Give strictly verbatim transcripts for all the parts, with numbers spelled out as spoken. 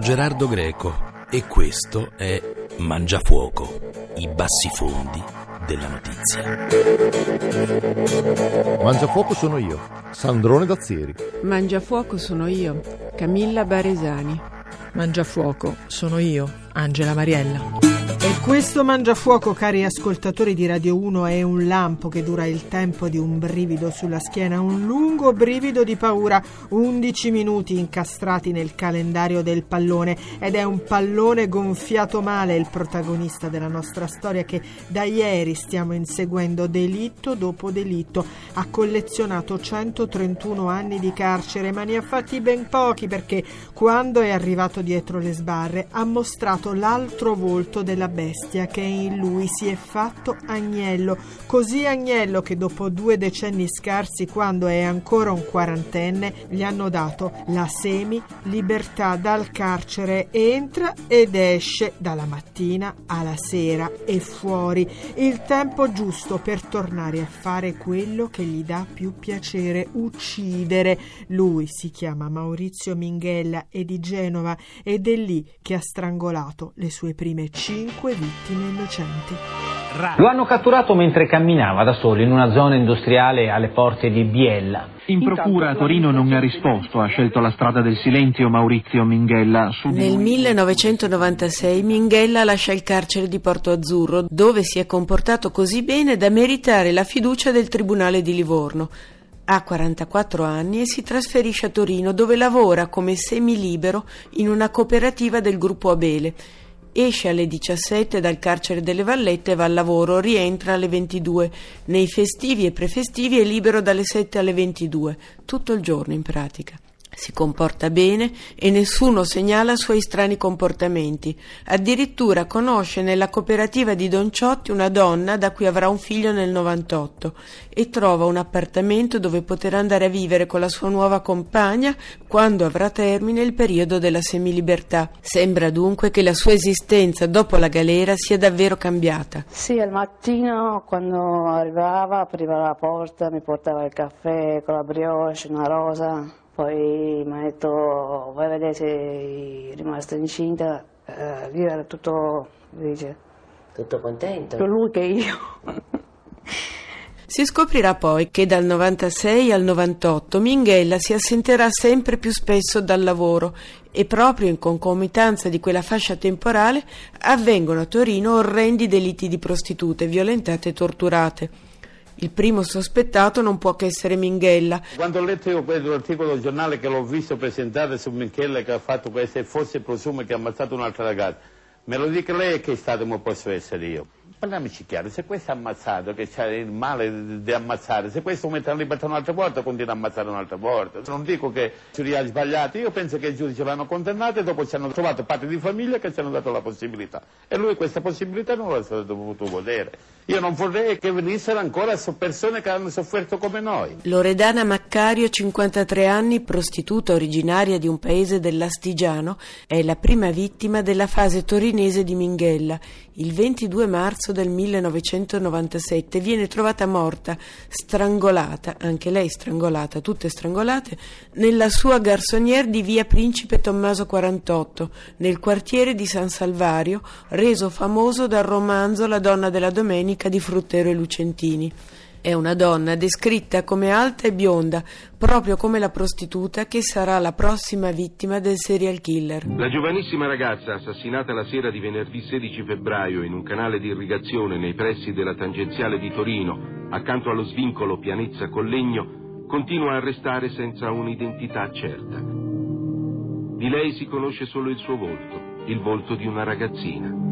Gerardo Greco e questo è Mangiafuoco, i bassifondi della notizia. Mangiafuoco sono io, Sandrone Dazzieri. Mangiafuoco sono io, Camilla Baresani. Mangiafuoco sono io, Angela Mariella. E questo Mangiafuoco, cari ascoltatori di Radio uno, è un lampo che dura il tempo di un brivido sulla schiena, un lungo brivido di paura, undici minuti incastrati nel calendario del pallone, ed è un pallone gonfiato male il protagonista della nostra storia che da ieri stiamo inseguendo delitto dopo delitto. Ha collezionato centotrentuno anni di carcere, ma ne ha fatti ben pochi, perché quando è arrivato dietro le sbarre ha mostrato l'altro volto della bestia che in lui si è fatto agnello, così agnello che dopo due decenni scarsi, quando è ancora un quarantenne, gli hanno dato la semi-libertà dal carcere. Entra ed esce dalla mattina alla sera e fuori, il tempo giusto per tornare a fare quello che gli dà più piacere, uccidere. Lui si chiama Maurizio Minghella, è di Genova ed è lì che ha strangolato le sue prime cinque vittime innocenti. Lo hanno catturato mentre camminava da solo in una zona industriale alle porte di Biella. In procura a Torino non ha risposto, ha scelto la strada del silenzio Maurizio Minghella. Su Nel lui... millenovecentonovantasei Minghella lascia il carcere di Porto Azzurro, dove si è comportato così bene da meritare la fiducia del Tribunale di Livorno. Ha quarantaquattro anni e si trasferisce a Torino, dove lavora come semilibero in una cooperativa del gruppo Abele. Esce alle diciassette dal carcere delle Vallette e va al lavoro, rientra alle ventidue. Nei festivi e prefestivi è libero dalle sette alle ventidue, tutto il giorno in pratica. Si comporta bene e nessuno segnala suoi strani comportamenti. Addirittura conosce nella cooperativa di Don Ciotti una donna da cui avrà un figlio nel novantotto e trova un appartamento dove poter andare a vivere con la sua nuova compagna quando avrà termine il periodo della semilibertà. Sembra dunque che la sua esistenza dopo la galera sia davvero cambiata. Sì, al mattino quando arrivava apriva la porta, mi portava il caffè con la brioche, una rosa. Poi mi ha detto, vai a vedere se è rimasta incinta, eh, io ero tutto, dice, tutto contento. Più lui che io. Si scoprirà poi che dal novantasei al novantotto Minghella si assenterà sempre più spesso dal lavoro e proprio in concomitanza di quella fascia temporale avvengono a Torino orrendi delitti di prostitute violentate e torturate. Il primo sospettato non può che essere Minghella. Quando ho letto io quell'articolo del giornale che l'ho visto presentare su Minghella che ha fatto questo e forse presume che ha ammazzato un'altra ragazza, me lo dica lei che stato come posso essere io? Parliamoci chiaro, se questo è ammazzato, che c'ha il male di ammazzare, se questo mette in libertà un'altra volta, continua a ammazzare un'altra volta. Non dico che il giudice ha sbagliato, io penso che il giudice l'hanno condannato e dopo ci hanno trovato parte di famiglia che ci hanno dato la possibilità. E lui questa possibilità non l'ha dovuto godere. Io non vorrei che venissero ancora persone che hanno sofferto come noi. Loredana Maccario, cinquantatré anni, prostituta originaria di un paese dell'Astigiano, è la prima vittima della fase torinese di Minghella. Il ventidue marzo del millenovecentonovantasette viene trovata morta, strangolata, anche lei strangolata, tutte strangolate, nella sua garçonnière di via Principe Tommaso quarantotto, nel quartiere di San Salvario, reso famoso dal romanzo La donna della domenica di Fruttero e Lucentini. È una donna descritta come alta e bionda, proprio come la prostituta che sarà la prossima vittima del serial killer. La giovanissima ragazza assassinata la sera di venerdì sedici febbraio in un canale di irrigazione nei pressi della tangenziale di Torino, accanto allo svincolo Pianezza Collegno, continua a restare senza un'identità certa. Di lei si conosce solo il suo volto, il volto di una ragazzina.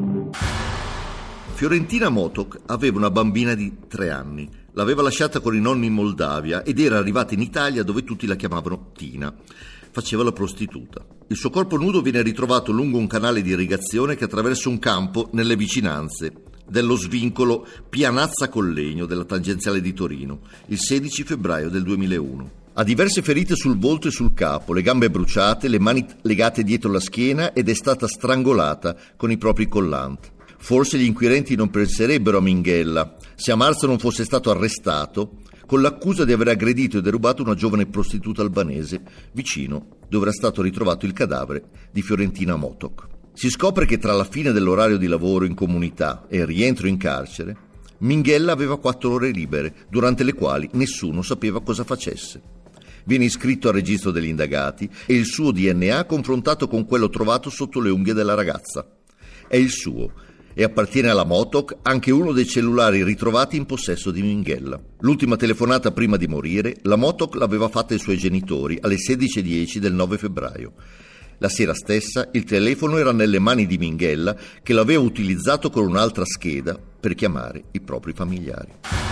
Fiorentina Motok aveva una bambina di tre anni. L'aveva lasciata con i nonni in Moldavia ed era arrivata in Italia dove tutti la chiamavano Tina. Faceva la prostituta. Il suo corpo nudo viene ritrovato lungo un canale di irrigazione che attraversa un campo nelle vicinanze dello svincolo Pianazza Collegno della tangenziale di Torino, il sedici febbraio del duemilauno. Ha diverse ferite sul volto e sul capo, le gambe bruciate, le mani legate dietro la schiena ed è stata strangolata con i propri collanti. Forse gli inquirenti non penserebbero a Minghella se a marzo non fosse stato arrestato con l'accusa di aver aggredito e derubato una giovane prostituta albanese vicino dove era stato ritrovato il cadavere di Fiorentina Motok. Si scopre che tra la fine dell'orario di lavoro in comunità e il rientro in carcere, Minghella aveva quattro ore libere, durante le quali nessuno sapeva cosa facesse. Viene iscritto al registro degli indagati e il suo D N A confrontato con quello trovato sotto le unghie della ragazza. È il suo e appartiene alla Motok anche uno dei cellulari ritrovati in possesso di Minghella. L'ultima telefonata prima di morire, la Motok l'aveva fatta ai suoi genitori alle sedici e dieci del nove febbraio. La sera stessa il telefono era nelle mani di Minghella, che l'aveva utilizzato con un'altra scheda per chiamare i propri familiari.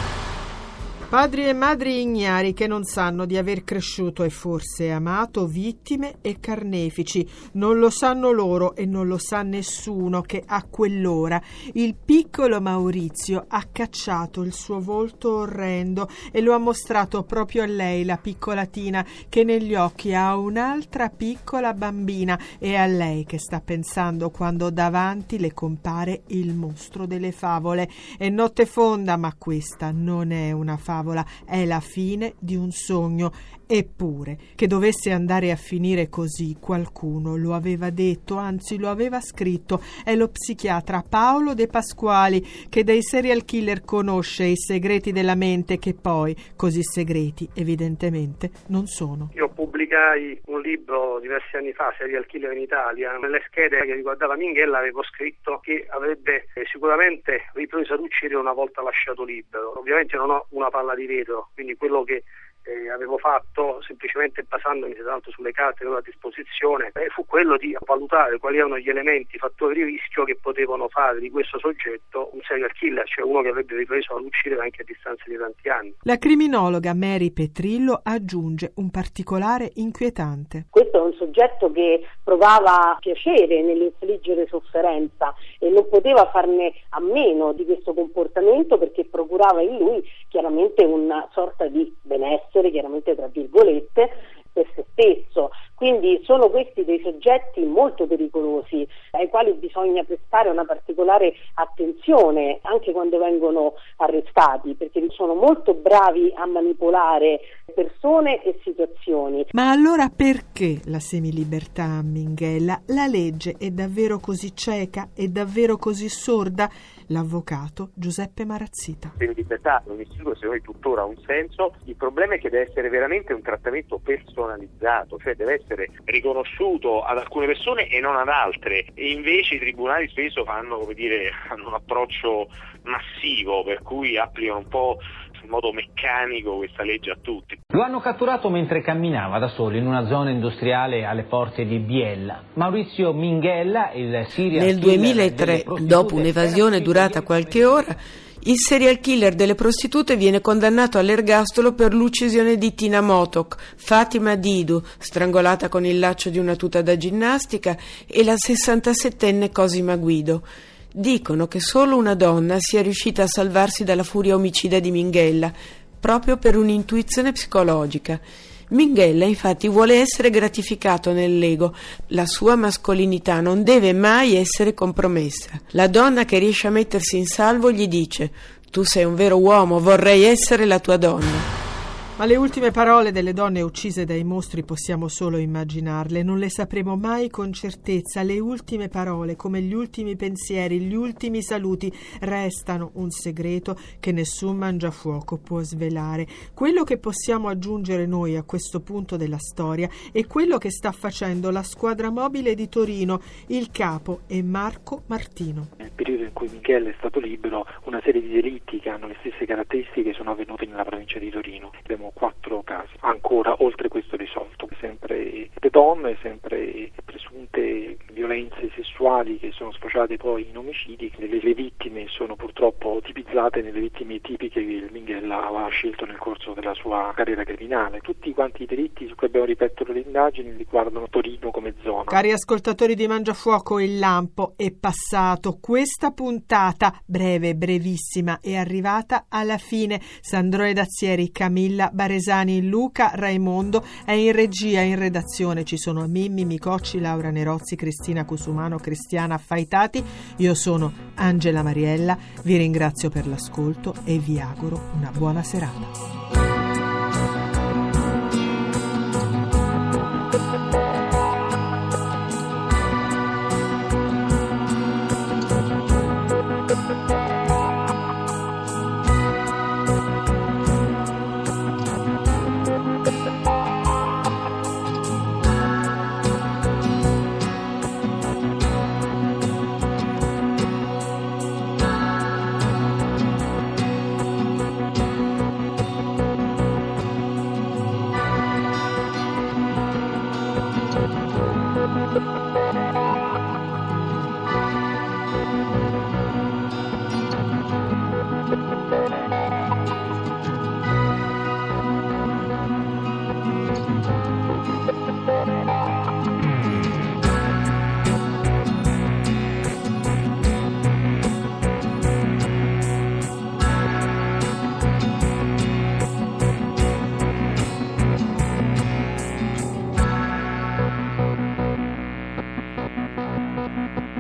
Padri e madri ignari che non sanno di aver cresciuto e forse amato vittime e carnefici. Non lo sanno loro e non lo sa nessuno che a quell'ora il piccolo Maurizio ha cacciato il suo volto orrendo e lo ha mostrato proprio a lei, la piccola Tina, che negli occhi ha un'altra piccola bambina, e a lei che sta pensando quando davanti le compare il mostro delle favole. È notte fonda, ma questa non è una favola. È la fine di un sogno. Eppure, che dovesse andare a finire così, qualcuno lo aveva detto, anzi lo aveva scritto. È lo psichiatra Paolo De Pasquali, che dai serial killer conosce i segreti della mente, che poi così segreti evidentemente non sono. Io pubblicai un libro diversi anni fa, Serial Killer in Italia. Nelle schede che riguardava Minghella avevo scritto che avrebbe sicuramente ripreso ad uccidere una volta lasciato libero. Ovviamente non ho una palla di vetro, quindi quello che Eh, avevo fatto, semplicemente basandomi tanto sulle carte che avevo a disposizione, eh, fu quello di valutare quali erano gli elementi, i fattori di rischio che potevano fare di questo soggetto un serial killer, cioè uno che avrebbe ripreso ad uccidere anche a distanza di tanti anni. La criminologa Mary Petrillo aggiunge un particolare inquietante. Questo è un soggetto che provava piacere nell'infliggere sofferenza e non poteva farne a meno di questo comportamento, perché procurava in lui chiaramente una sorta di benessere, chiaramente tra virgolette, per se stesso. Quindi sono questi dei soggetti molto pericolosi ai quali bisogna prestare una particolare attenzione anche quando vengono arrestati, perché sono molto bravi a manipolare persone e situazioni. Ma allora perché la semilibertà a Minghella? La legge è davvero così cieca? È davvero così sorda? L'avvocato Giuseppe Marazzita. La libertà è un istituto che secondo me tuttora ha un senso. Il problema è che deve essere veramente un trattamento personalizzato, cioè deve essere riconosciuto ad alcune persone e non ad altre, e invece i tribunali spesso fanno, come dire, hanno un approccio massivo, per cui applicano un po' in modo meccanico questa legge a tutti. Lo hanno catturato mentre camminava da solo in una zona industriale alle porte di Biella. Maurizio Minghella, il serial Nel duemilatré, dopo un'evasione durata qualche ora, il serial killer delle prostitute viene condannato all'ergastolo per l'uccisione di Tina Motok, Fatima Didu, strangolata con il laccio di una tuta da ginnastica, e la sessantasettenne Cosima Guido. Dicono che solo una donna sia riuscita a salvarsi dalla furia omicida di Minghella, proprio per un'intuizione psicologica. Minghella infatti vuole essere gratificato nell'ego. La sua mascolinità non deve mai essere compromessa. La donna che riesce a mettersi in salvo gli dice: tu sei un vero uomo, vorrei essere la tua donna. Ma le ultime parole delle donne uccise dai mostri possiamo solo immaginarle, non le sapremo mai con certezza. Le ultime parole, come gli ultimi pensieri, gli ultimi saluti, restano un segreto che nessun mangiafuoco può svelare. Quello che possiamo aggiungere noi a questo punto della storia è quello che sta facendo la squadra mobile di Torino. Il capo è Marco Martino. Nel periodo in cui Minghella è stato libero, una serie di delitti che hanno le stesse caratteristiche sono avvenuti nella provincia di Torino. Abbiamo quattro casi ancora oltre questo risolto, sempre le donne, sempre presunte violenze sessuali che sono sfociate poi in omicidi. Le, le vittime sono purtroppo tipizzate nelle vittime tipiche che Minghella aveva scelto nel corso della sua carriera criminale. Tutti quanti i delitti su cui abbiamo ripetuto le indagini riguardano Torino come zona. Cari ascoltatori di Mangiafuoco, il lampo è passato. Questa puntata, breve, brevissima, è arrivata alla fine. Sandrone Dazzieri, Camilla Baresani, Luca Raimondo, e in regia, in redazione ci sono Mimmi Micocci, Laura Nerozzi, Cristina Cusumano, Cristiana Faitati. Io sono Angela Mariella, vi ringrazio per l'ascolto e vi auguro una buona serata. Thank you.